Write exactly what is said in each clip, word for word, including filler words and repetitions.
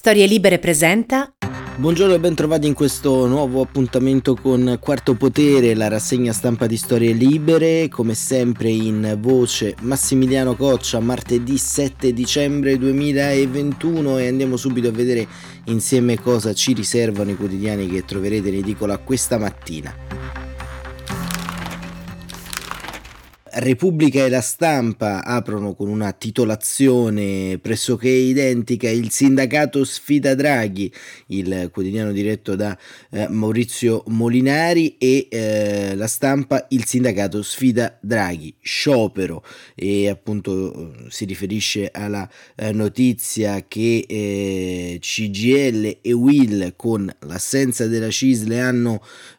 Storie Libere presenta. Buongiorno e ben trovati in questo nuovo appuntamento con Quarto Potere, la rassegna stampa di Storie Libere, come sempre in voce Massimiliano Coccia, martedì sette dicembre duemilaventuno, e andiamo subito a vedere insieme cosa ci riservano i quotidiani che troverete in edicola questa mattina. Repubblica e La Stampa aprono con una titolazione pressoché identica: il sindacato sfida Draghi, il quotidiano diretto da eh, Maurizio Molinari, e eh, La Stampa: il sindacato sfida Draghi, sciopero, e appunto si riferisce alla eh, notizia che eh, C G I L e U I L, con l'assenza della C I S L, hanno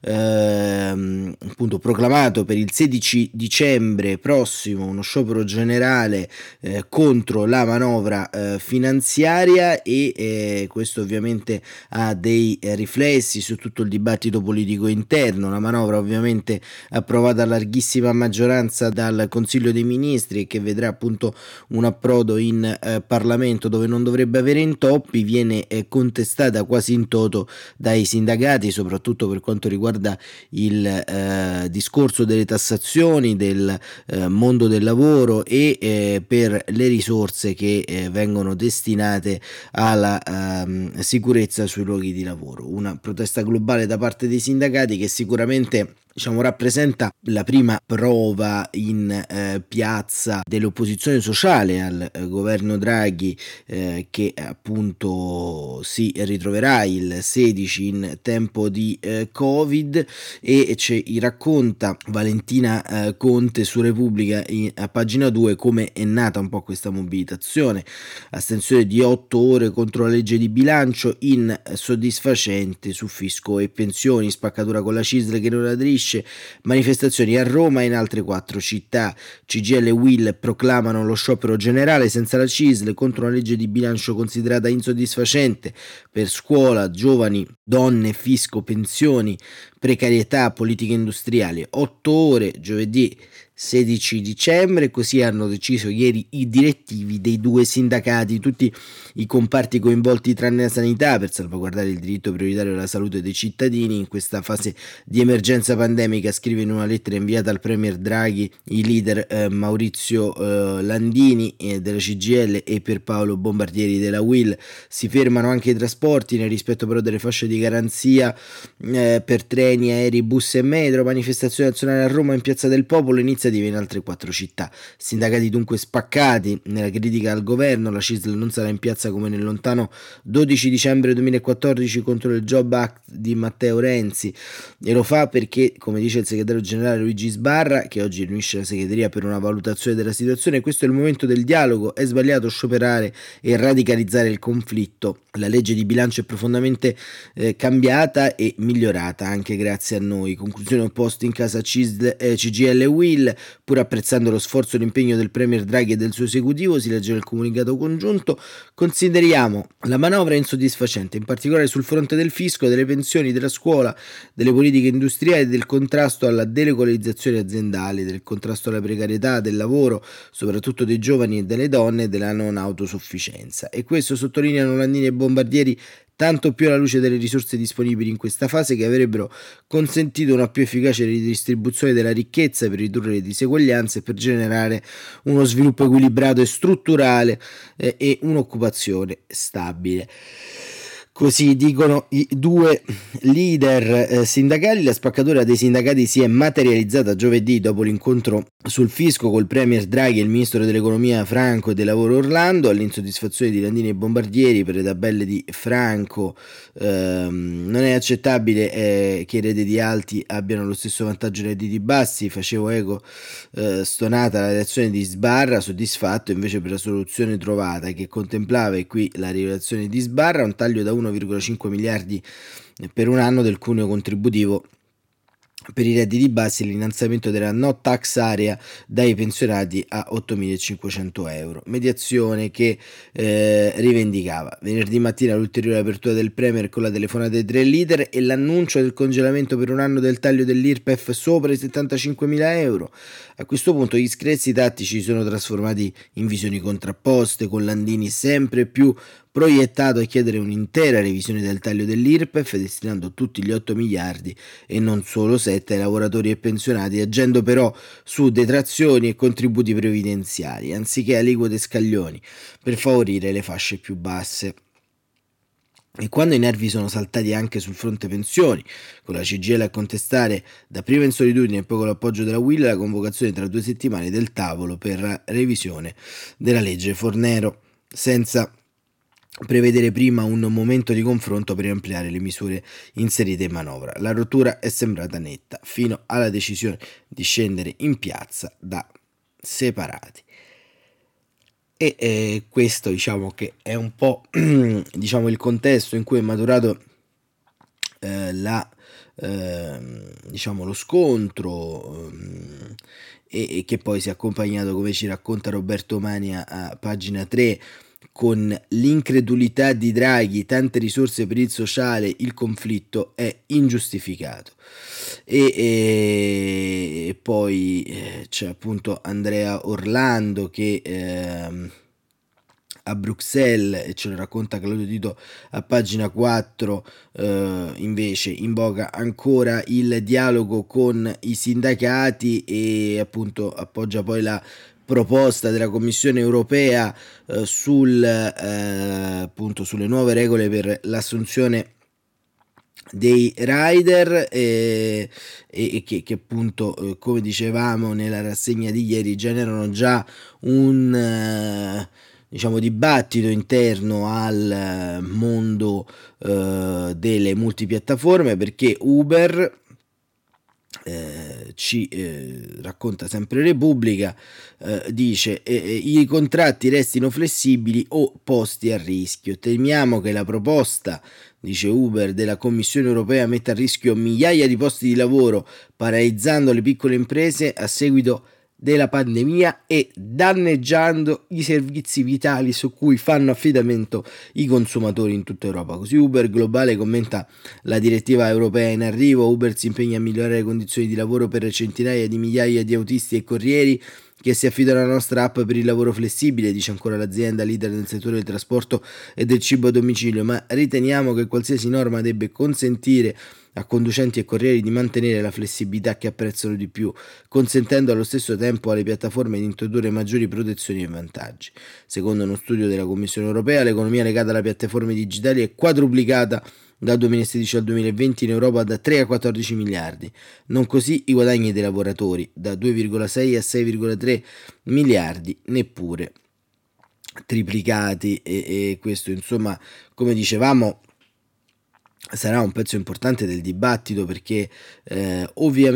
ehm, appunto proclamato per il sedici dicembre prossimo uno sciopero generale eh, contro la manovra eh, finanziaria, e eh, questo ovviamente ha dei eh, riflessi su tutto il dibattito politico interno. La manovra ovviamente approvata a larghissima maggioranza dal Consiglio dei Ministri e che vedrà appunto un approdo in eh, Parlamento, dove non dovrebbe avere intoppi, viene eh, contestata quasi in toto dai sindacati, soprattutto per quanto riguarda il eh, discorso delle tassazioni, del eh, mondo del lavoro e eh, per le risorse che eh, vengono destinate alla ehm, sicurezza sui luoghi di lavoro. Una protesta globale da parte dei sindacati che sicuramente, diciamo, rappresenta la prima prova in eh, piazza dell'opposizione sociale al eh, governo Draghi, eh, che appunto si ritroverà il sedici in tempo di eh, Covid, e ci racconta Valentina eh, Conte su Repubblica in, a pagina due, come è nata un po' questa mobilitazione: astensione di otto ore contro la legge di bilancio, insoddisfacente su fisco e pensioni, spaccatura con la C I S L che non aderisce, manifestazioni a Roma e in altre quattro città. C G I L e U I L proclamano lo sciopero generale senza la C I S L contro una legge di bilancio considerata insoddisfacente per scuola, giovani, donne, fisco, pensioni, precarietà, politiche industriali. Otto ore giovedì sedici dicembre, così hanno deciso ieri i direttivi dei due sindacati. Tutti i comparti coinvolti tranne la sanità, per salvaguardare il diritto prioritario alla salute dei cittadini in questa fase di emergenza pandemica, scrive in una lettera inviata al premier Draghi il leader eh, Maurizio eh, Landini eh, della C G I L e Pierpaolo Bombardieri della U I L. Si fermano anche i trasporti, nel rispetto però delle fasce di garanzia eh, per treni, aerei, bus e metro. Manifestazione nazionale a Roma in Piazza del Popolo, iniziative in altre quattro città. Sindacati dunque spaccati nella critica al governo. La C I S L non sarà in piazza come nel lontano dodici dicembre duemilaquattordici contro il Job Act di Matteo Renzi, e lo fa perché, come dice il segretario generale Luigi Sbarra, che oggi riunisce la segreteria per una valutazione della situazione, questo è il momento del dialogo, è sbagliato scioperare e radicalizzare il conflitto. La legge di bilancio è profondamente eh, cambiata e migliorata anche grazie a noi. Conclusione opposta in casa C I S L, eh, C G I L e U I L. Pur apprezzando lo sforzo e l'impegno del premier Draghi e del suo esecutivo, si legge nel comunicato congiunto: consideriamo la manovra insoddisfacente, in particolare sul fronte del fisco, delle pensioni, della scuola, delle politiche industriali, del contrasto alla delocalizzazione aziendale, del contrasto alla precarietà del lavoro, soprattutto dei giovani e delle donne, e della non autosufficienza. E questo, sottolineano Landini e Bombardieri, tanto più alla luce delle risorse disponibili in questa fase, che avrebbero consentito una più efficace ridistribuzione della ricchezza per ridurre le diseguaglianze e per generare uno sviluppo equilibrato e strutturale eh, e un'occupazione stabile. Così dicono i due leader eh, sindacali. La spaccatura dei sindacati si è materializzata giovedì dopo l'incontro sul fisco col premier Draghi e il ministro dell'economia Franco e del lavoro Orlando. All'insoddisfazione di Landini e Bombardieri per le tabelle di Franco, ehm, non è accettabile eh, che i redditi alti abbiano lo stesso vantaggio dei redditi bassi. Facevo eco eh, stonata la reazione di Sbarra, soddisfatto invece per la soluzione trovata, che contemplava, e qui la rivelazione di Sbarra, un taglio da uno virgola cinque miliardi per un anno del cuneo contributivo per i redditi bassi e l'innalzamento della no tax area dai pensionati a ottomilacinquecento euro. Mediazione che eh, rivendicava. Venerdì mattina l'ulteriore apertura del premier con la telefonata dei tre leader e l'annuncio del congelamento per un anno del taglio dell'I R P E F sopra i settantacinquemila euro. A questo punto gli screzi tattici si sono trasformati in visioni contrapposte, con Landini sempre più proiettato a chiedere un'intera revisione del taglio dell'I R P E F, destinando tutti gli otto miliardi e non solo sette ai lavoratori e pensionati, agendo però su detrazioni e contributi previdenziali, anziché aliquote e scaglioni, per favorire le fasce più basse. E quando i nervi sono saltati anche sul fronte pensioni, con la C G I L a contestare dapprima in solitudine e poi con l'appoggio della U I L la convocazione tra due settimane del tavolo per revisione della legge Fornero, senza prevedere prima un momento di confronto per ampliare le misure inserite in manovra. La rottura è sembrata netta, fino alla decisione di scendere in piazza da separati. E eh, questo diciamo che è un po' diciamo il contesto in cui è maturato eh, la, eh, diciamo lo scontro eh, e, e che poi si è accompagnato, come ci racconta Roberto Mani a, a pagina tre, con l'incredulità di Draghi, tante risorse per il sociale, il conflitto è ingiustificato. E, e, e poi eh, c'è appunto Andrea Orlando che eh, a Bruxelles, e ce lo racconta Claudio Tito a pagina quattro, eh, invece invoca ancora il dialogo con i sindacati e appunto appoggia poi la proposta della Commissione europea eh, sul, eh, appunto sulle nuove regole per l'assunzione dei rider e, e, e che, che appunto eh, come dicevamo nella rassegna di ieri generano già un eh, diciamo dibattito interno al mondo eh, delle multipiattaforme, perché Uber Eh, ci eh, racconta sempre Repubblica, eh, dice eh, i contratti restino flessibili o posti a rischio. Temiamo che la proposta, dice Uber, della Commissione europea metta a rischio migliaia di posti di lavoro, paralizzando le piccole imprese a seguito della pandemia e danneggiando i servizi vitali su cui fanno affidamento i consumatori in tutta Europa. Così Uber Globale commenta la direttiva europea in arrivo. Uber si impegna a migliorare le condizioni di lavoro per centinaia di migliaia di autisti e corrieri che si affidano alla nostra app per il lavoro flessibile, dice ancora l'azienda leader nel settore del trasporto e del cibo a domicilio, ma riteniamo che qualsiasi norma debba consentire a conducenti e corrieri di mantenere la flessibilità che apprezzano di più, consentendo allo stesso tempo alle piattaforme di introdurre maggiori protezioni e vantaggi. Secondo uno studio della Commissione europea, l'economia legata alle piattaforme digitali è quadruplicata dal duemilasedici al duemilaventi in Europa da tre a quattordici miliardi, non così i guadagni dei lavoratori, da due virgola sei a sei virgola tre miliardi, neppure triplicati. E, e questo insomma, come dicevamo, sarà un pezzo importante del dibattito, perché eh,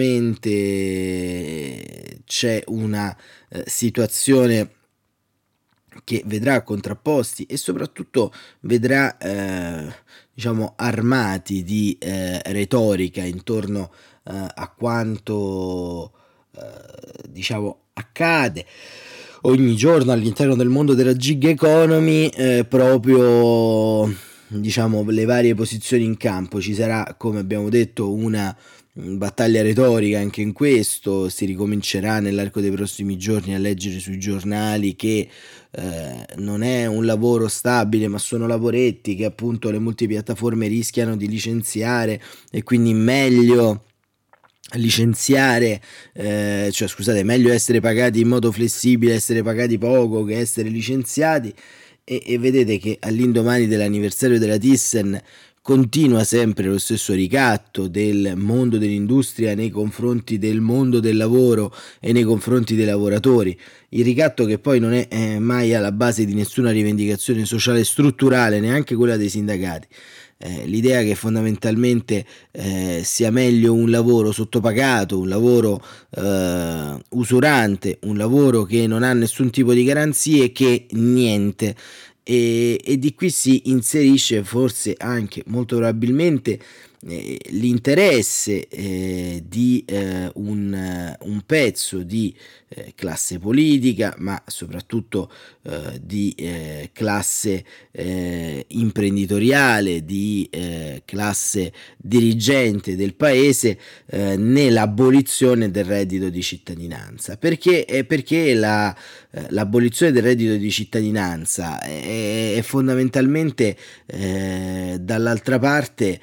ovviamente c'è una eh, situazione che vedrà contrapposti e soprattutto vedrà eh, diciamo armati di eh, retorica intorno eh, a quanto eh, diciamo accade ogni giorno all'interno del mondo della gig economy, eh, proprio diciamo le varie posizioni in campo. Ci sarà, come abbiamo detto, una battaglia retorica anche in questo. Si ricomincerà nell'arco dei prossimi giorni a leggere sui giornali che eh, non è un lavoro stabile, ma sono lavoretti che appunto le multipiattaforme rischiano di licenziare e quindi meglio licenziare, eh, cioè scusate, meglio essere pagati in modo flessibile, essere pagati poco che essere licenziati. E, e vedete che all'indomani dell'anniversario della Thyssen continua sempre lo stesso ricatto del mondo dell'industria nei confronti del mondo del lavoro e nei confronti dei lavoratori, il ricatto che poi non è eh, mai alla base di nessuna rivendicazione sociale strutturale, neanche quella dei sindacati. Eh, l'idea che fondamentalmente eh, sia meglio un lavoro sottopagato, un lavoro eh, usurante, un lavoro che non ha nessun tipo di garanzie, che niente. E, e di qui si inserisce forse anche molto probabilmente eh, l'interesse eh, di eh, un, un pezzo di eh, classe politica, ma soprattutto eh, di eh, classe eh, imprenditoriale, di eh, classe dirigente del paese eh, nell'abolizione del reddito di cittadinanza. Perché, eh, perché la, eh, l'abolizione del reddito di cittadinanza è, è fondamentalmente eh, dall'altra parte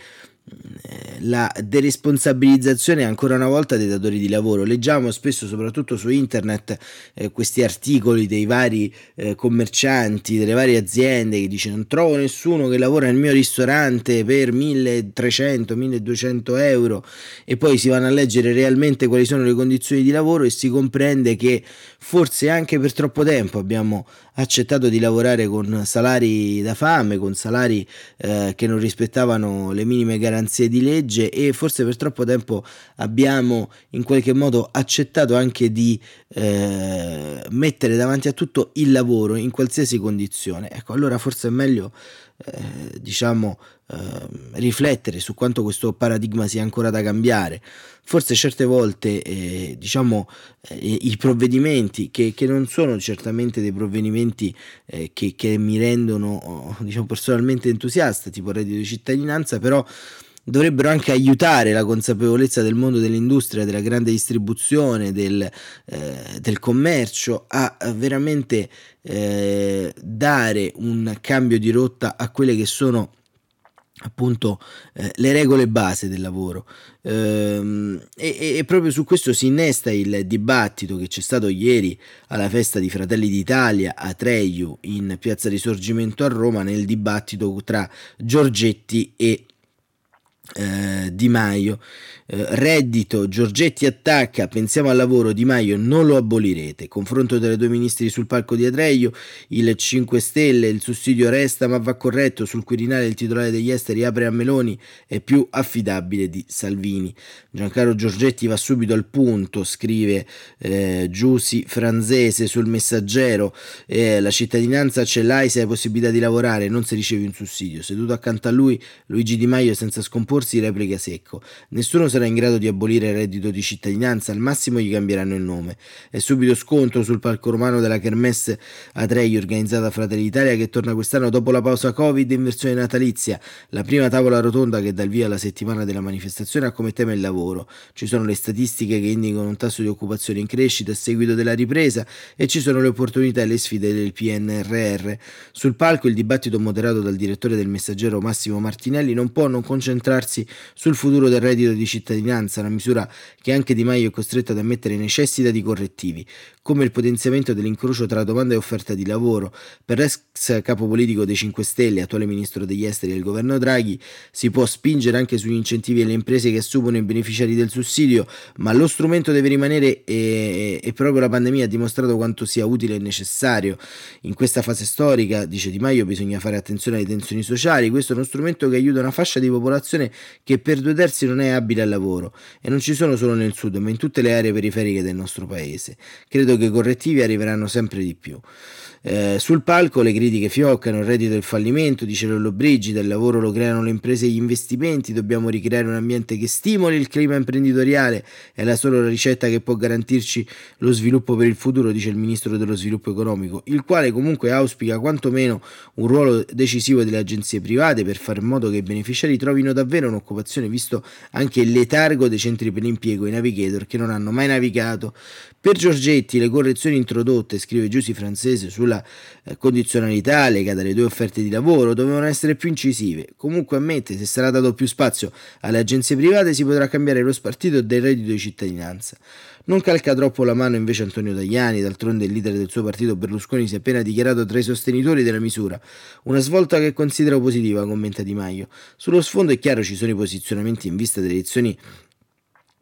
la deresponsabilizzazione ancora una volta dei datori di lavoro. Leggiamo spesso, soprattutto su internet, eh, questi articoli dei vari eh, commercianti, delle varie aziende che dicono: non trovo nessuno che lavora nel mio ristorante per milletrecento milleduecento euro, e poi si vanno a leggere realmente quali sono le condizioni di lavoro e si comprende che forse anche per troppo tempo abbiamo accettato di lavorare con salari da fame, con salari eh, che non rispettavano le minime garanzie di legge, e forse per troppo tempo abbiamo in qualche modo accettato anche di eh, mettere davanti a tutto il lavoro in qualsiasi condizione. Ecco, allora forse è meglio eh, diciamo eh, riflettere su quanto questo paradigma sia ancora da cambiare. Forse certe volte eh, diciamo eh, i provvedimenti che, che non sono certamente dei provvedimenti eh, che, che mi rendono diciamo personalmente entusiasta, tipo il reddito di cittadinanza, però dovrebbero anche aiutare la consapevolezza del mondo dell'industria, della grande distribuzione, del, eh, del commercio a, a veramente eh, dare un cambio di rotta a quelle che sono appunto eh, le regole base del lavoro. Ehm, e, e proprio su questo si innesta il dibattito che c'è stato ieri alla festa di Fratelli d'Italia a Treiu in Piazza Risorgimento a Roma, nel dibattito tra Giorgetti e Eh, Di Maio. Eh, reddito, Giorgetti attacca, pensiamo al lavoro, Di Maio non lo abolirete. Confronto tra i due ministri sul palco di Atreio, il cinque Stelle, il sussidio resta ma va corretto, sul Quirinale il titolare degli esteri apre a Meloni, è più affidabile di Salvini. Giancarlo Giorgetti va subito al punto, scrive eh, Giusy Franzese sul Messaggero, eh, la cittadinanza ce l'hai se hai possibilità di lavorare, non se ricevi un sussidio. Seduto accanto a lui Luigi Di Maio senza scomporsi replica secco: nessuno sarà in grado di abolire il reddito di cittadinanza, al massimo gli cambieranno il nome. E subito scontro sul palco romano della Kermesse Atreio organizzata da Fratelli d'Italia, che torna quest'anno dopo la pausa Covid in versione natalizia. La prima tavola rotonda che dà il via alla settimana della manifestazione ha come tema il lavoro. Ci sono le statistiche che indicano un tasso di occupazione in crescita a seguito della ripresa, e ci sono le opportunità e le sfide del P N R R. Sul palco il dibattito moderato dal direttore del Messaggero Massimo Martinelli non può non concentrarsi sul futuro del reddito di cittadinanza, una misura che anche Di Maio è costretto ad ammettere necessita di correttivi, come il potenziamento dell'incrocio tra domanda e offerta di lavoro. Per l'ex capo politico dei cinque Stelle, attuale ministro degli esteri del governo Draghi, si può spingere anche sugli incentivi alle imprese che assumono i beneficiari del sussidio, ma lo strumento deve rimanere, e, e proprio la pandemia ha dimostrato quanto sia utile e necessario. In questa fase storica, dice Di Maio, bisogna fare attenzione alle tensioni sociali. Questo è uno strumento che aiuta una fascia di popolazione che per due terzi non è abile al lavoro, e non ci sono solo nel sud ma in tutte le aree periferiche del nostro paese. Credo che i correttivi arriveranno sempre di più. Eh, sul palco le critiche fioccano: il reddito del fallimento, dice Lollobrigida, il lavoro lo creano le imprese e gli investimenti, dobbiamo ricreare un ambiente che stimoli il clima imprenditoriale, è la sola ricetta che può garantirci lo sviluppo per il futuro, dice il ministro dello sviluppo economico, il quale comunque auspica quantomeno un ruolo decisivo delle agenzie private per fare in modo che i beneficiari trovino davvero un'occupazione, visto anche il letargo dei centri per l'impiego, i navigator che non hanno mai navigato. Per Giorgetti le correzioni introdotte, scrive Giusy Franzese, sulla eh, condizionalità legata alle due offerte di lavoro dovevano essere più incisive. Comunque ammette, se sarà dato più spazio alle agenzie private si potrà cambiare lo spartito del reddito di cittadinanza. Non calca troppo la mano invece Antonio Tajani, d'altronde il leader del suo partito Berlusconi si è appena dichiarato tra i sostenitori della misura. Una svolta che considero positiva, commenta Di Maio. Sullo sfondo è chiaro ci sono i posizionamenti in vista delle elezioni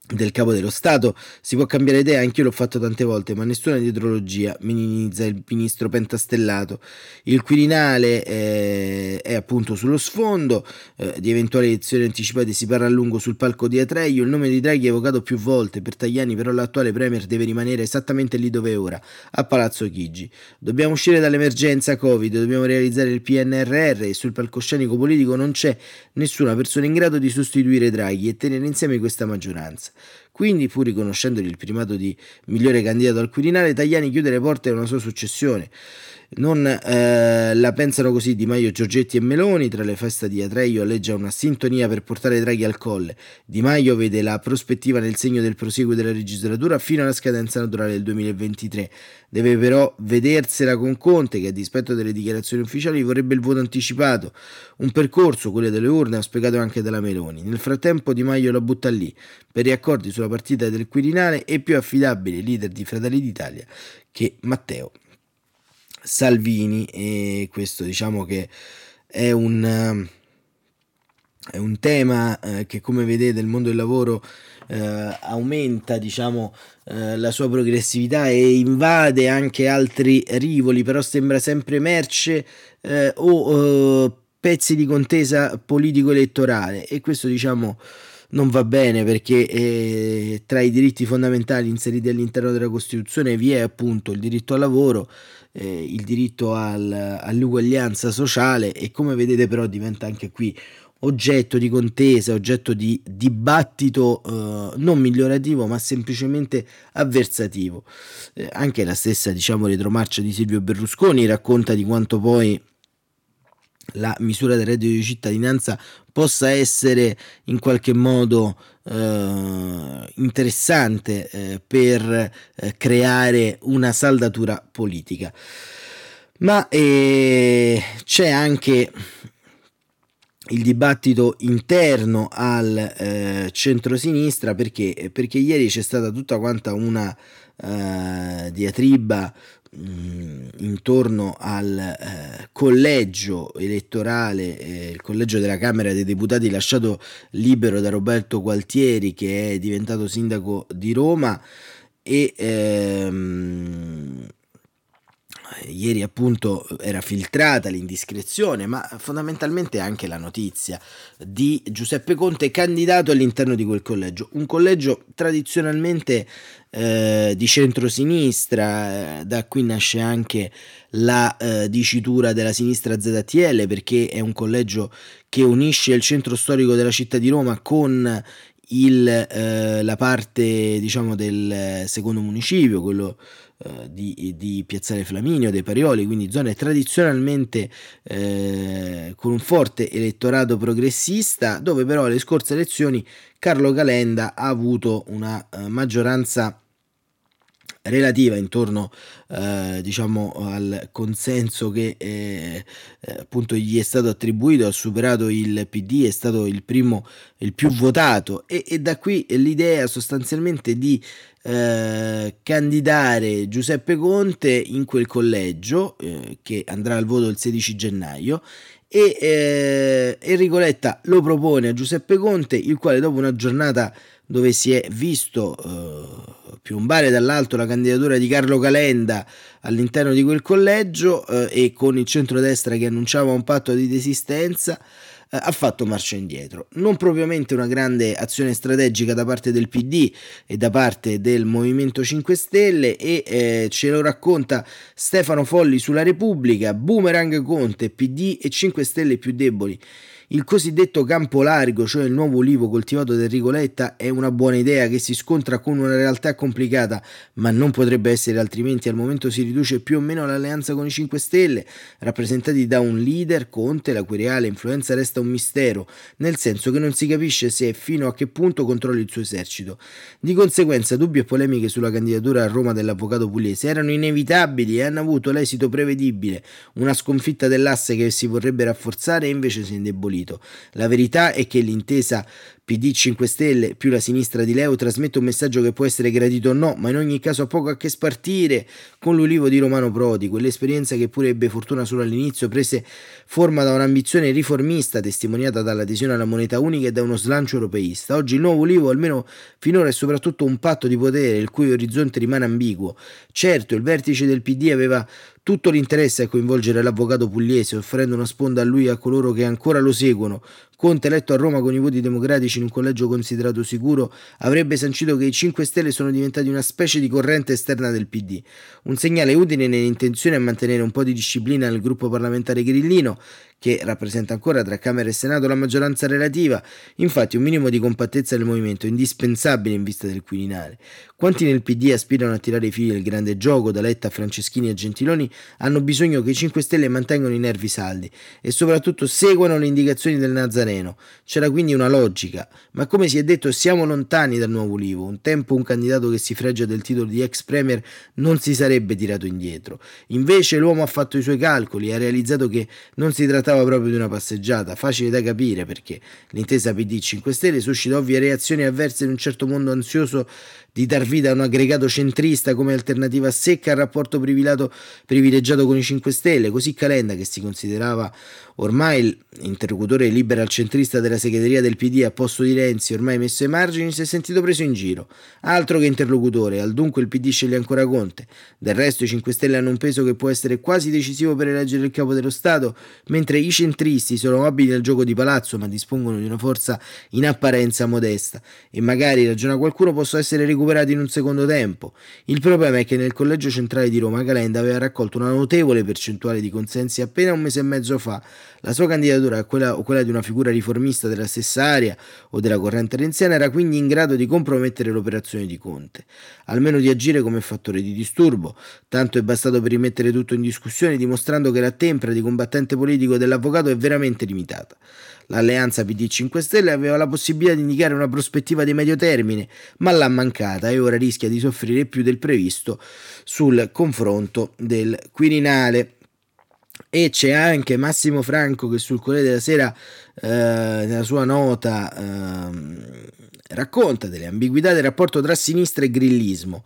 del capo dello Stato. Si può cambiare idea, anch'io l'ho fatto tante volte, ma nessuna dietrologia, minimizza il ministro pentastellato. Il Quirinale eh, è appunto sullo sfondo, eh, di eventuali elezioni anticipate si parla a lungo sul palco di Atreio, il nome di Draghi è evocato più volte, per Tajani però l'attuale Premier deve rimanere esattamente lì dove è ora, a Palazzo Chigi. Dobbiamo uscire dall'emergenza Covid, dobbiamo realizzare il P N R R e sul palcoscenico politico non c'è nessuna persona in grado di sostituire Draghi e tenere insieme questa maggioranza. Quindi, pur riconoscendogli il primato di migliore candidato al Quirinale, Tajani chiude le porte a una sua successione. Non eh, la pensano così Di Maio, Giorgetti e Meloni. Tra le feste di Atreio alleggia una sintonia per portare Draghi al colle. Di Maio vede la prospettiva nel segno del proseguo della legislatura fino alla scadenza naturale del duemilaventitré. Deve però vedersela con Conte, che a dispetto delle dichiarazioni ufficiali vorrebbe il voto anticipato, un percorso, quello delle urne, auspicato anche dalla Meloni. Nel frattempo Di Maio la butta lì, per gli accordi sulla partita del Quirinale è più affidabile leader di Fratelli d'Italia che Matteo Salvini, e questo diciamo che è un, è un tema eh, che, come vedete, il mondo del lavoro eh, aumenta diciamo eh, la sua progressività e invade anche altri rivoli, però sembra sempre merce eh, o eh, pezzi di contesa politico-elettorale, e questo diciamo non va bene, perché eh, tra i diritti fondamentali inseriti all'interno della Costituzione vi è appunto il diritto al lavoro, eh, il diritto al, all'uguaglianza sociale, e come vedete però diventa anche qui oggetto di contesa, oggetto di dibattito eh, non migliorativo ma semplicemente avversativo. Eh, anche la stessa diciamo retromarcia di Silvio Berlusconi racconta di quanto poi la misura del reddito di cittadinanza possa essere in qualche modo eh, interessante eh, per eh, creare una saldatura politica. Ma eh, c'è anche il dibattito interno al eh, centrosinistra, perché, perché ieri c'è stata tutta quanta una eh, diatriba mh, intorno al eh, collegio elettorale, eh, il collegio della Camera dei Deputati lasciato libero da Roberto Gualtieri, che è diventato sindaco di Roma, e ehm, ieri appunto era filtrata l'indiscrezione, ma fondamentalmente anche la notizia di Giuseppe Conte candidato all'interno di quel collegio, un collegio tradizionalmente eh, di centrosinistra. Eh, da qui nasce anche la eh, dicitura della sinistra Z T L, perché è un collegio che unisce il centro storico della città di Roma con il, eh, la parte diciamo del secondo municipio, quello eh, di, di Piazzale Flaminio, dei Parioli, quindi zone tradizionalmente eh, con un forte elettorato progressista, dove però alle scorse elezioni Carlo Calenda ha avuto una eh, maggioranza relativa intorno eh, diciamo al consenso che eh, eh, appunto gli è stato attribuito, ha superato il P D, è stato il primo, il più votato, e, e da qui l'idea sostanzialmente di eh, candidare Giuseppe Conte in quel collegio eh, che andrà al voto il sedici gennaio. E eh, Enrico Letta lo propone a Giuseppe Conte, il quale, dopo una giornata dove si è visto eh, piombare dall'alto la candidatura di Carlo Calenda all'interno di quel collegio eh, e con il centrodestra che annunciava un patto di desistenza, eh, ha fatto marcia indietro. Non propriamente una grande azione strategica da parte del P D e da parte del Movimento cinque Stelle, e eh, ce lo racconta Stefano Folli sulla Repubblica. Boomerang Conte, P D e cinque Stelle più deboli. Il cosiddetto campo largo, cioè il nuovo ulivo coltivato da Enrico Letta, è una buona idea che si scontra con una realtà complicata, ma non potrebbe essere altrimenti. Al momento si riduce più o meno l'alleanza con i cinque Stelle, rappresentati da un leader, Conte, la cui reale influenza resta un mistero, nel senso che non si capisce se e fino a che punto controlli il suo esercito. Di conseguenza dubbi e polemiche sulla candidatura a Roma dell'avvocato pugliese erano inevitabili e hanno avuto l'esito prevedibile, una sconfitta dell'asse che si vorrebbe rafforzare e invece si è indebolita. partito. La verità è che l'intesa P D cinque Stelle più la sinistra di Leo trasmette un messaggio che può essere gradito o no, ma in ogni caso ha poco a che spartire con l'Ulivo di Romano Prodi, quell'esperienza che pure ebbe fortuna solo all'inizio, prese forma da un'ambizione riformista testimoniata dall'adesione alla moneta unica e da uno slancio europeista. Oggi il nuovo Ulivo, almeno finora, è soprattutto un patto di potere il cui orizzonte rimane ambiguo. Certo, il vertice del P D aveva tutto l'interesse a coinvolgere l'avvocato pugliese, offrendo una sponda a lui e a coloro che ancora lo seguono. Conte, eletto a Roma con i voti democratici in un collegio considerato sicuro, avrebbe sancito che i cinque Stelle sono diventati una specie di corrente esterna del P D. Un segnale utile nell'intenzione a mantenere un po' di disciplina nel gruppo parlamentare grillino, che rappresenta ancora tra Camera e Senato la maggioranza relativa. Infatti un minimo di compattezza del movimento è indispensabile in vista del Quirinale. Quanti nel P D aspirano a tirare i fili del grande gioco, da Letta a Franceschini a Gentiloni, hanno bisogno che i cinque Stelle mantengano i nervi saldi e soprattutto seguano le indicazioni del Nazareno. C'era quindi una logica, ma come si è detto siamo lontani dal nuovo Ulivo. Un tempo un candidato che si fregia del titolo di ex premier non si sarebbe tirato indietro. Invece l'uomo ha fatto i suoi calcoli e ha realizzato che non si trattava proprio di una passeggiata, facile da capire perché l'intesa P D cinque Stelle suscita ovvie reazioni avverse in un certo mondo ansioso di dar vita a un aggregato centrista come alternativa secca al rapporto privilegiato con i cinque Stelle. Così Calenda, che si considerava ormai l'interlocutore liberal centrista della segreteria del P D a posto di Renzi, ormai messo ai margini, si è sentito preso in giro. Altro che interlocutore, al dunque il P D sceglie ancora Conte. Del resto i cinque Stelle hanno un peso che può essere quasi decisivo per eleggere il capo dello Stato, mentre i centristi sono abili al gioco di palazzo ma dispongono di una forza in apparenza modesta e magari, ragiona qualcuno, possono essere recuperati in un secondo tempo. Il problema è che nel collegio centrale di Roma Calenda aveva raccolto una notevole percentuale di consensi appena un mese e mezzo fa. La sua candidatura, quella o quella di una figura riformista della stessa area o della corrente renziana, era quindi in grado di compromettere l'operazione di Conte, almeno di agire come fattore di disturbo. Tanto è bastato per rimettere tutto in discussione, dimostrando che la tempra di combattente politico dell'avvocato è veramente limitata. L'alleanza P D cinque Stelle aveva la possibilità di indicare una prospettiva di medio termine, ma l'ha mancata e ora rischia di soffrire più del previsto sul confronto del Quirinale. E c'è anche Massimo Franco che sul Corriere della Sera, eh, nella sua nota, eh, racconta delle ambiguità del rapporto tra sinistra e grillismo.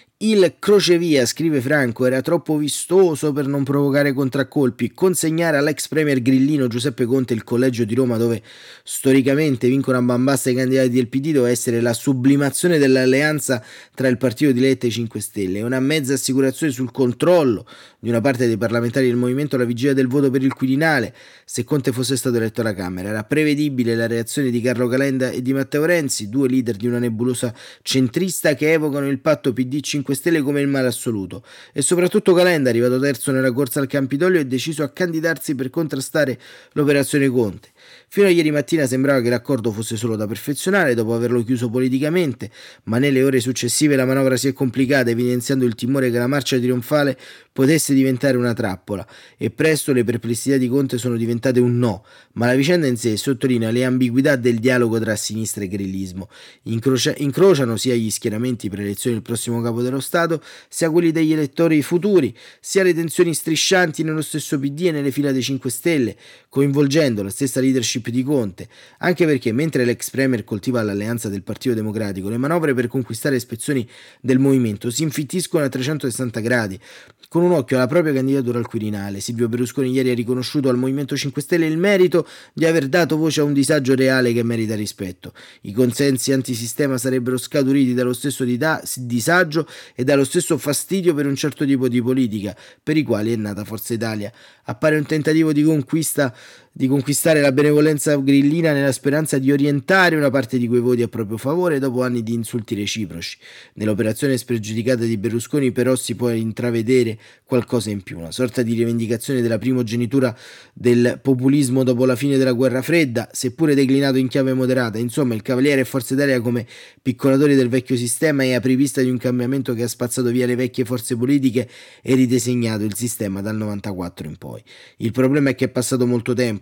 Il crocevia, scrive Franco, era troppo vistoso per non provocare contraccolpi. Consegnare all'ex premier grillino Giuseppe Conte il collegio di Roma, dove storicamente vincono a man bassa i candidati del P D, doveva essere la sublimazione dell'alleanza tra il partito di Letta e i cinque Stelle, una mezza assicurazione sul controllo di una parte dei parlamentari del movimento alla vigilia del voto per il Quirinale, se Conte fosse stato eletto alla Camera. Era prevedibile la reazione di Carlo Calenda e di Matteo Renzi, due leader di una nebulosa centrista che evocano il patto P D cinque Stelle come il male assoluto, e soprattutto Calenda, arrivato terzo nella corsa al Campidoglio, è deciso a candidarsi per contrastare l'operazione Conte. Fino a ieri mattina sembrava che l'accordo fosse solo da perfezionare dopo averlo chiuso politicamente, ma nelle ore successive la manovra si è complicata, evidenziando il timore che la marcia trionfale potesse diventare una trappola, e presto le perplessità di Conte sono diventate un no. Ma la vicenda in sé sottolinea le ambiguità del dialogo tra sinistra e grillismo. Incrocia- incrociano sia gli schieramenti per elezioni del prossimo capo dello Stato, sia quelli degli elettori futuri, sia le tensioni striscianti nello stesso P D e nelle fila dei cinque Stelle, coinvolgendo la stessa leadership di Conte, anche perché mentre l'ex premier coltiva l'alleanza del Partito Democratico, le manovre per conquistare spezzoni del movimento si infittiscono a trecentosessanta gradi. Con un occhio alla propria candidatura al Quirinale, Silvio Berlusconi ieri ha riconosciuto al Movimento cinque Stelle il merito di aver dato voce a un disagio reale che merita rispetto. I consensi antisistema sarebbero scaturiti dallo stesso disagio e dallo stesso fastidio per un certo tipo di politica, per i quali è nata Forza Italia. Appare un tentativo di conquista di conquistare la benevolenza grillina nella speranza di orientare una parte di quei voti a proprio favore dopo anni di insulti reciproci. Nell'operazione spregiudicata di Berlusconi però si può intravedere qualcosa in più, una sorta di rivendicazione della primogenitura del populismo dopo la fine della guerra fredda, seppure declinato in chiave moderata. Insomma, il Cavaliere e Forza Italia come piccolatori del vecchio sistema e apripista di un cambiamento che ha spazzato via le vecchie forze politiche e ridisegnato il sistema dal novantaquattro in poi. Il problema è che è passato molto tempo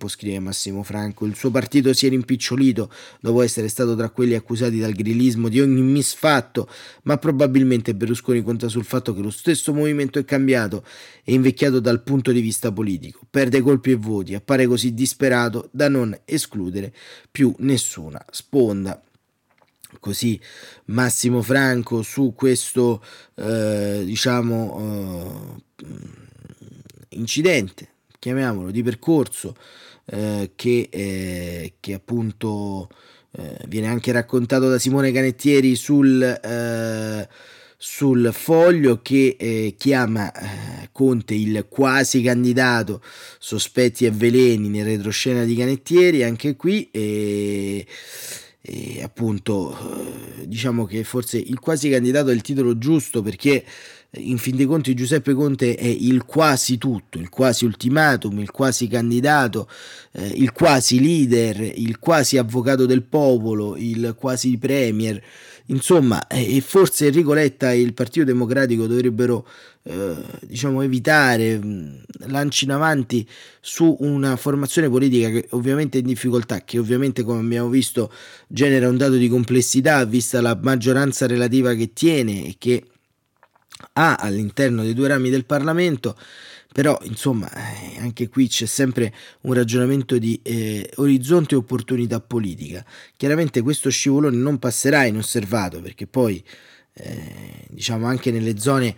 tempo, scrive Massimo Franco. Il suo partito si è rimpicciolito dopo essere stato tra quelli accusati dal grillismo di ogni misfatto, ma probabilmente Berlusconi conta sul fatto che lo stesso movimento è cambiato e invecchiato dal punto di vista politico, perde colpi e voti, appare così disperato da non escludere più nessuna sponda. Così Massimo Franco su questo eh, diciamo eh, incidente, chiamiamolo, di percorso eh, che, eh, che appunto eh, viene anche raccontato da Simone Canettieri sul, eh, sul Foglio, che eh, chiama eh, Conte il quasi candidato, sospetti e veleni nel retroscena di Canettieri. Anche qui eh, E appunto diciamo che forse il quasi candidato è il titolo giusto, perché in fin dei conti Giuseppe Conte è il quasi tutto, il quasi ultimatum, il quasi candidato, eh, il quasi leader, il quasi avvocato del popolo, il quasi premier. Insomma, e forse Enrico Letta e il Partito Democratico dovrebbero eh, diciamo evitare lanci in avanti su una formazione politica che ovviamente è in difficoltà, che ovviamente, come abbiamo visto, genera un dato di complessità vista la maggioranza relativa che tiene e che ha all'interno dei due rami del Parlamento. Però insomma anche qui c'è sempre un ragionamento di eh, orizzonte e opportunità politica. Chiaramente questo scivolone non passerà inosservato, perché poi eh, diciamo anche nelle zone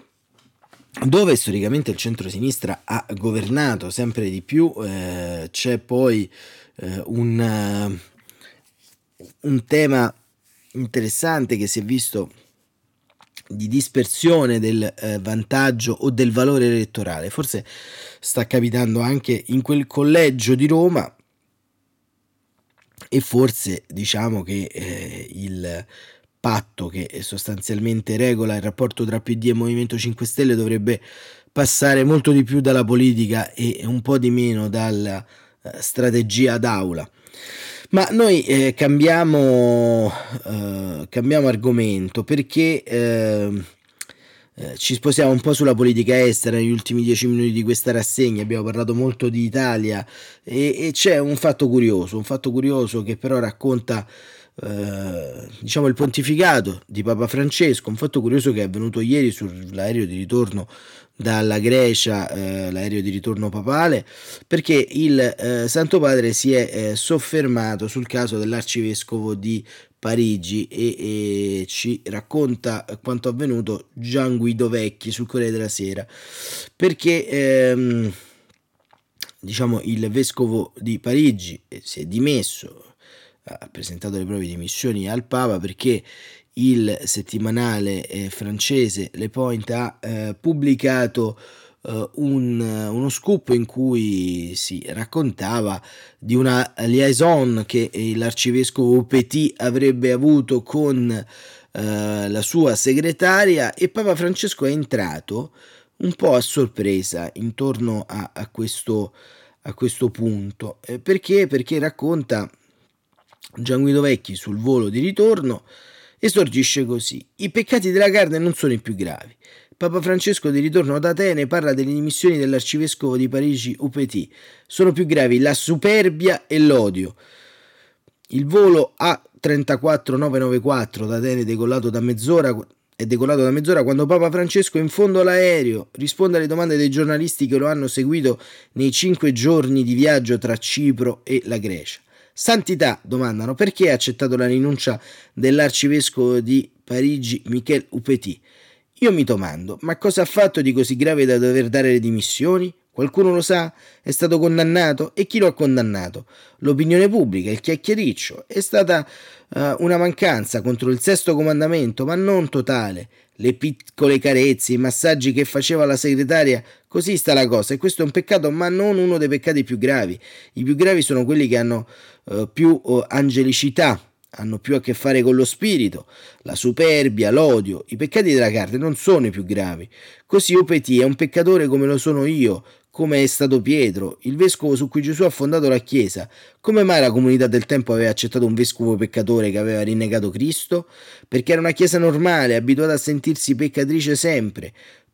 dove storicamente il centro-sinistra ha governato sempre di più eh, c'è poi eh, un, uh, un tema interessante che si è visto di dispersione del eh, vantaggio o del valore elettorale. Forse sta capitando anche in quel collegio di Roma, e forse diciamo che eh, il patto che sostanzialmente regola il rapporto tra P D e Movimento cinque Stelle dovrebbe passare molto di più dalla politica e un po' di meno dalla eh, strategia d'aula. Ma noi eh, cambiamo, eh, cambiamo argomento, perché eh, eh, ci spostiamo un po' sulla politica estera. Negli ultimi dieci minuti di questa rassegna abbiamo parlato molto di Italia e, e c'è un fatto curioso, un fatto curioso che però racconta eh, diciamo il pontificato di Papa Francesco, un fatto curioso che è avvenuto ieri sull'aereo di ritorno dalla Grecia, eh, l'aereo di ritorno papale, perché il eh, Santo Padre si è eh, soffermato sul caso dell'arcivescovo di Parigi e, e ci racconta quanto avvenuto Gian Guido Vecchi sul Corriere della Sera, perché ehm, diciamo il vescovo di Parigi si è dimesso, ha presentato le proprie dimissioni al Papa, perché il settimanale eh, francese Le Point ha eh, pubblicato eh, un, uno scoop in cui si raccontava di una liaison che l'arcivescovo Petit avrebbe avuto con eh, la sua segretaria, e Papa Francesco è entrato un po' a sorpresa intorno a, a, questo, a questo punto. Eh, perché? Perché racconta Gian Guido Vecchi sul volo di ritorno. Esordisce così: i peccati della carne non sono i più gravi. Papa Francesco di ritorno da Atene parla delle dimissioni dell'arcivescovo di Parigi Petit. Sono più gravi la superbia e l'odio. Il volo A tre quattro nove nove quattro da Atene decollato da mezz'ora è decollato da mezz'ora quando Papa Francesco è in fondo all'aereo, risponde alle domande dei giornalisti che lo hanno seguito nei cinque giorni di viaggio tra Cipro e la Grecia. Santità, domandano, perché ha accettato la rinuncia dell'arcivescovo di Parigi Michel Petit? Io mi domando, ma cosa ha fatto di così grave da dover dare le dimissioni? Qualcuno lo sa? È stato condannato? E chi lo ha condannato? L'opinione pubblica, il chiacchiericcio. È stata uh, una mancanza contro il sesto comandamento, ma non totale. Le piccole carezze, i massaggi che faceva la segretaria, così sta la cosa. E questo è un peccato, ma non uno dei peccati più gravi. I più gravi sono quelli che hanno uh, più uh, angelicità, hanno più a che fare con lo spirito, la superbia, l'odio. I peccati della carne non sono i più gravi. Così Petit è un peccatore come lo sono io, come è stato Pietro, il vescovo su cui Gesù ha fondato la Chiesa. Come mai la comunità del tempo aveva accettato un vescovo peccatore che aveva rinnegato Cristo? Perché era una Chiesa normale, abituata a sentirsi peccatrice sempre.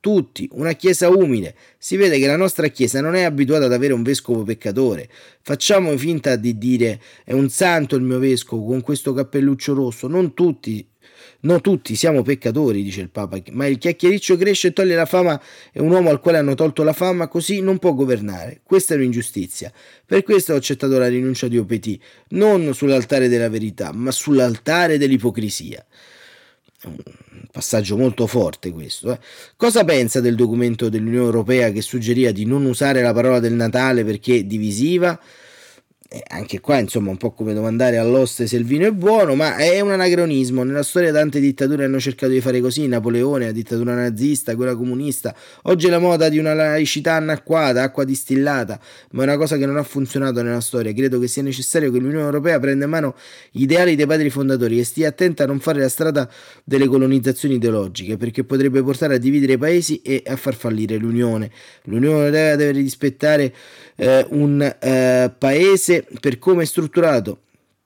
tutti, una chiesa umile. Si vede che la nostra chiesa non è abituata ad avere un vescovo peccatore. Facciamo finta di dire è un santo il mio vescovo con questo cappelluccio rosso. Non tutti, no tutti siamo peccatori, dice il Papa, ma il chiacchiericcio cresce e toglie la fama e un uomo al quale hanno tolto la fama così non può governare. Questa è un'ingiustizia. Per questo ho accettato la rinuncia di O P T, non sull'altare della verità, ma sull'altare dell'ipocrisia. Un passaggio molto forte questo. Eh. Cosa pensa del documento dell'Unione Europea che suggeriva di non usare la parola del Natale perché è divisiva? Eh, anche qua insomma un po' come domandare all'oste se il vino è buono, ma è un anacronismo. Nella storia tante dittature hanno cercato di fare così: Napoleone, la dittatura nazista, quella comunista. Oggi è la moda di una laicità anacquata, acqua distillata, ma è una cosa che non ha funzionato nella storia. Credo che sia necessario che l'Unione Europea prenda in mano gli ideali dei padri fondatori e stia attenta a non fare la strada delle colonizzazioni ideologiche, perché potrebbe portare a dividere i paesi e a far fallire l'Unione. L'Unione Europea deve rispettare eh, un eh, paese per come è strutturato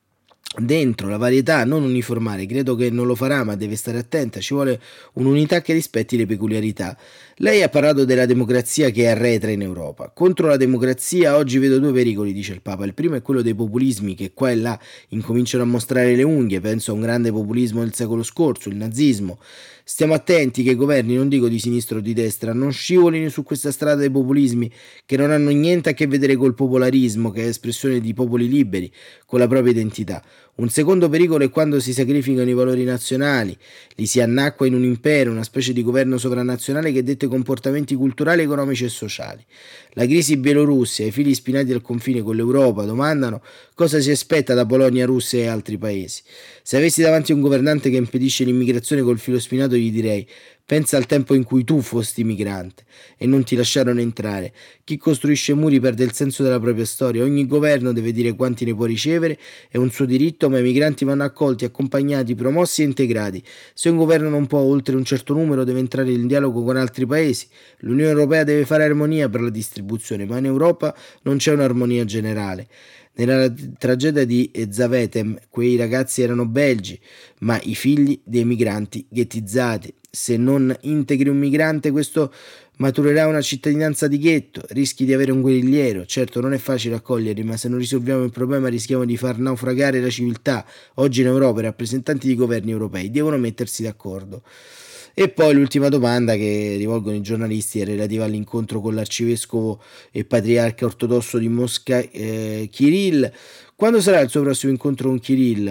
dentro la varietà, non uniformare. Credo che non lo farà, ma deve stare attenta. Ci vuole un'unità che rispetti le peculiarità. Lei ha parlato della democrazia che arretra in Europa. Contro la democrazia oggi vedo due pericoli, dice il Papa. Il primo è quello dei populismi che qua e là incominciano a mostrare le unghie. Penso a un grande populismo del secolo scorso, il nazismo. Stiamo attenti che i governi, non dico di sinistra o di destra, non scivolino su questa strada dei populismi che non hanno niente a che vedere col popolarismo, che è espressione di popoli liberi, con la propria identità. Un secondo pericolo è quando si sacrificano i valori nazionali, li si annacqua in un impero, una specie di governo sovranazionale che detta comportamenti culturali, economici e sociali. La crisi bielorussia e i fili spinati al confine con l'Europa domandano cosa si aspetta da Polonia, Russia e altri paesi. Se avessi davanti un governante che impedisce l'immigrazione col filo spinato gli direi: pensa al tempo in cui tu fosti migrante e non ti lasciarono entrare. Chi costruisce muri perde il senso della propria storia. Ogni governo deve dire quanti ne può ricevere, è un suo diritto, ma i migranti vanno accolti, accompagnati, promossi e integrati. Se un governo non può oltre un certo numero, deve entrare in dialogo con altri paesi. L'Unione Europea deve fare armonia per la distribuzione, ma in Europa non c'è un'armonia generale. Nella tragedia di Zaventem quei ragazzi erano belgi, ma i figli dei migranti ghettizzati. Se non integri un migrante, questo maturerà una cittadinanza di ghetto, rischi di avere un guerrigliero. Certo, non è facile accoglierli, ma se non risolviamo il problema rischiamo di far naufragare la civiltà. Oggi in Europa i rappresentanti di governi europei devono mettersi d'accordo. E poi l'ultima domanda che rivolgono i giornalisti è relativa all'incontro con l'arcivescovo e patriarca ortodosso di Mosca, eh, Kirill. Quando sarà il suo prossimo incontro con Kirill?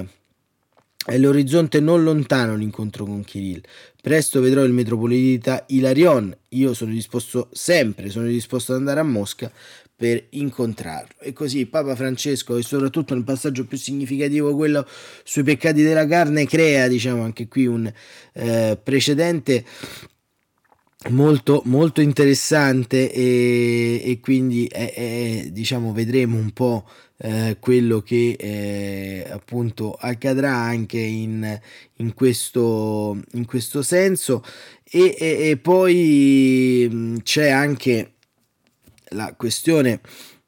È l'orizzonte non lontano l'incontro con Kirill. Presto vedrò il metropolita Ilarion. Io sono disposto sempre, sono disposto ad andare a Mosca per incontrarlo. E così Papa Francesco, e soprattutto nel passaggio più significativo, quello sui peccati della carne, crea, diciamo, anche qui un eh, precedente molto molto interessante e, e quindi è, è, diciamo vedremo un po' eh, quello che eh, appunto accadrà anche in, in questo in questo senso e, e, e poi mh, c'è anche la questione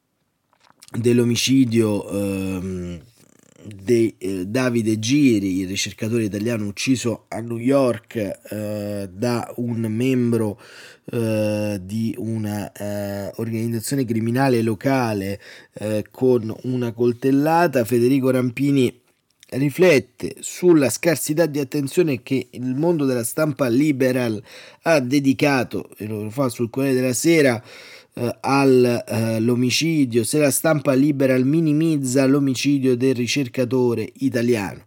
dell'omicidio ehm, di eh, Davide Giri, il ricercatore italiano ucciso a New York eh, da un membro eh, di una eh, organizzazione criminale locale eh, con una coltellata. Federico Rampini riflette sulla scarsità di attenzione che il mondo della stampa liberal ha dedicato, e lo fa sul Corriere della Sera, eh, all'omicidio, eh, se la stampa liberal minimizza l'omicidio del ricercatore italiano.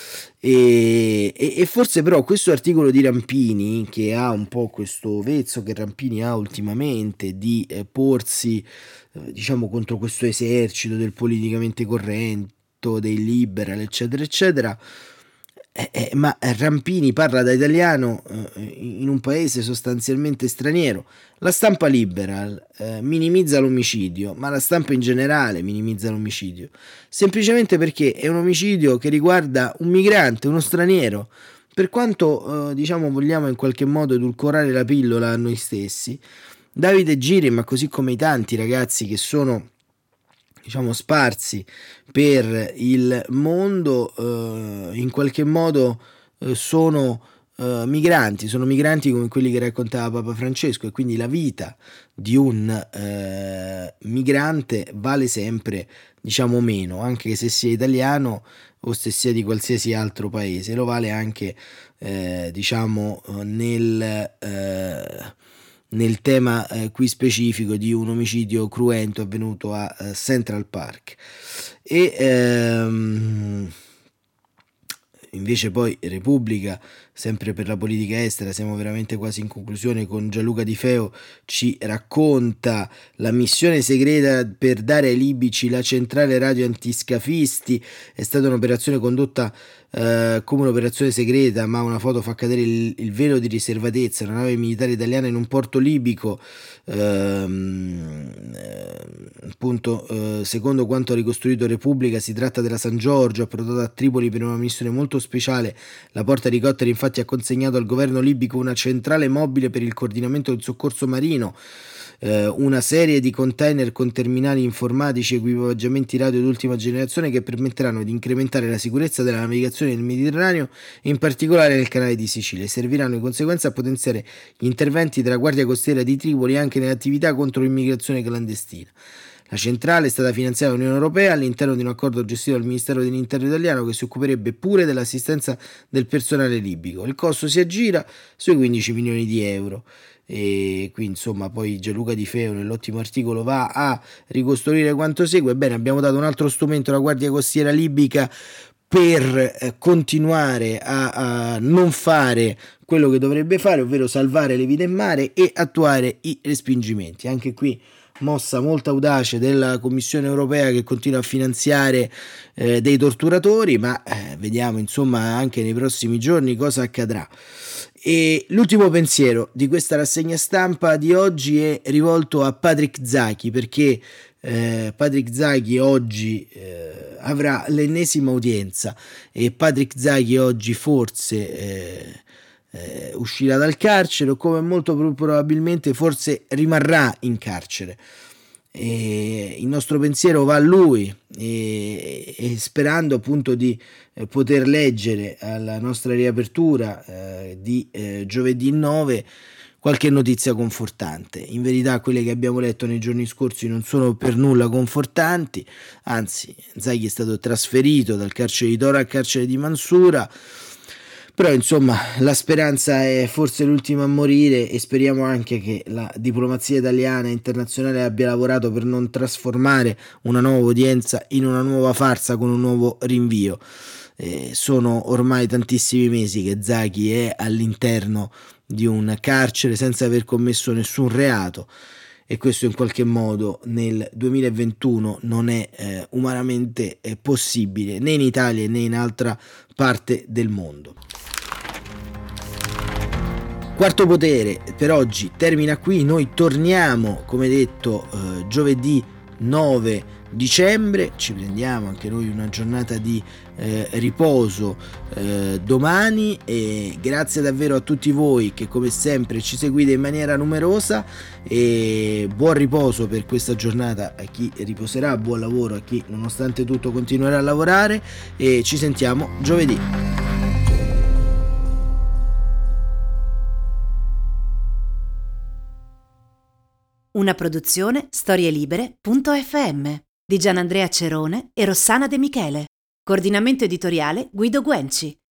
E, e, e forse però questo articolo di Rampini, che ha un po' questo vezzo che Rampini ha ultimamente di eh, porsi eh, diciamo contro questo esercito del politicamente corretto, dei liberal eccetera eccetera, eh, eh, ma Rampini parla da italiano eh, in un paese sostanzialmente straniero. La stampa liberal eh, minimizza l'omicidio, ma la stampa in generale minimizza l'omicidio, semplicemente perché è un omicidio che riguarda un migrante, uno straniero. Per quanto eh, diciamo vogliamo in qualche modo edulcorare la pillola a noi stessi, Davide Giri, ma così come i tanti ragazzi che sono diciamo sparsi per il mondo, eh, in qualche modo eh, sono uh, migranti, sono migranti come quelli che raccontava Papa Francesco, e quindi la vita di un uh, migrante vale sempre, diciamo, meno, anche se sia italiano o se sia di qualsiasi altro paese. Lo vale anche eh, diciamo nel, eh, nel tema eh, qui specifico di un omicidio cruento avvenuto a eh, Central Park. E ehm, invece poi Repubblica, sempre per la politica estera, siamo veramente quasi in conclusione, con Gianluca Di Feo ci racconta la missione segreta per dare ai libici la centrale radio antiscafisti. È stata un'operazione condotta eh, come un'operazione segreta, ma una foto fa cadere il, il velo di riservatezza. Una nave militare italiana in un porto libico, ehm, eh, appunto eh, secondo quanto ha ricostruito Repubblica si tratta della San Giorgio, approdata a Tripoli per una missione molto speciale. La porta elicotteri infatti ha consegnato al governo libico una centrale mobile per il coordinamento del soccorso marino, eh, una serie di container con terminali informatici e equipaggiamenti radio d'ultima generazione che permetteranno di incrementare la sicurezza della navigazione nel Mediterraneo, in particolare nel canale di Sicilia, e serviranno di conseguenza a potenziare gli interventi della Guardia Costiera di Tripoli anche nelle attività contro l'immigrazione clandestina. La centrale è stata finanziata dall'Unione Europea all'interno di un accordo gestito dal Ministero dell'Interno italiano, che si occuperebbe pure dell'assistenza del personale libico. Il costo si aggira sui quindici milioni di euro. E qui insomma poi Gianluca Di Feo nell'ottimo articolo va a ricostruire quanto segue. Bene, abbiamo dato un altro strumento alla Guardia Costiera libica per eh, continuare a, a non fare quello che dovrebbe fare, ovvero salvare le vite in mare e attuare i respingimenti. Anche qui mossa molto audace della Commissione Europea, che continua a finanziare eh, dei torturatori, ma eh, vediamo insomma anche nei prossimi giorni cosa accadrà. E l'ultimo pensiero di questa rassegna stampa di oggi è rivolto a Patrick Zaki, perché eh, Patrick Zaki oggi eh, avrà l'ennesima udienza, e Patrick Zaki oggi forse eh, Eh, uscirà dal carcere, o come molto probabilmente forse rimarrà in carcere. E il nostro pensiero va a lui, e, e sperando appunto di eh, poter leggere alla nostra riapertura eh, di eh, giovedì nove qualche notizia confortante. In verità quelle che abbiamo letto nei giorni scorsi non sono per nulla confortanti, anzi Zaki è stato trasferito dal carcere di Tora al carcere di Mansura. Però insomma la speranza è forse l'ultima a morire, e speriamo anche che la diplomazia italiana e internazionale abbia lavorato per non trasformare una nuova udienza in una nuova farsa con un nuovo rinvio. Eh, sono ormai tantissimi mesi che Zaki è all'interno di un carcere senza aver commesso nessun reato, e questo in qualche modo nel duemilaventuno non è eh, umanamente eh, possibile, né in Italia né in altra parte del mondo. Quarto Potere per oggi termina qui. Noi torniamo, come detto, eh, giovedì nove dicembre. Ci prendiamo anche noi una giornata di eh, riposo eh, domani, e grazie davvero a tutti voi che come sempre ci seguite in maniera numerosa, e buon riposo per questa giornata a chi riposerà, buon lavoro a chi nonostante tutto continuerà a lavorare, e ci sentiamo giovedì. Una produzione storielibere punto effe emme di Gianandrea Cerone e Rossana De Michele. Coordinamento editoriale Guido Guenci.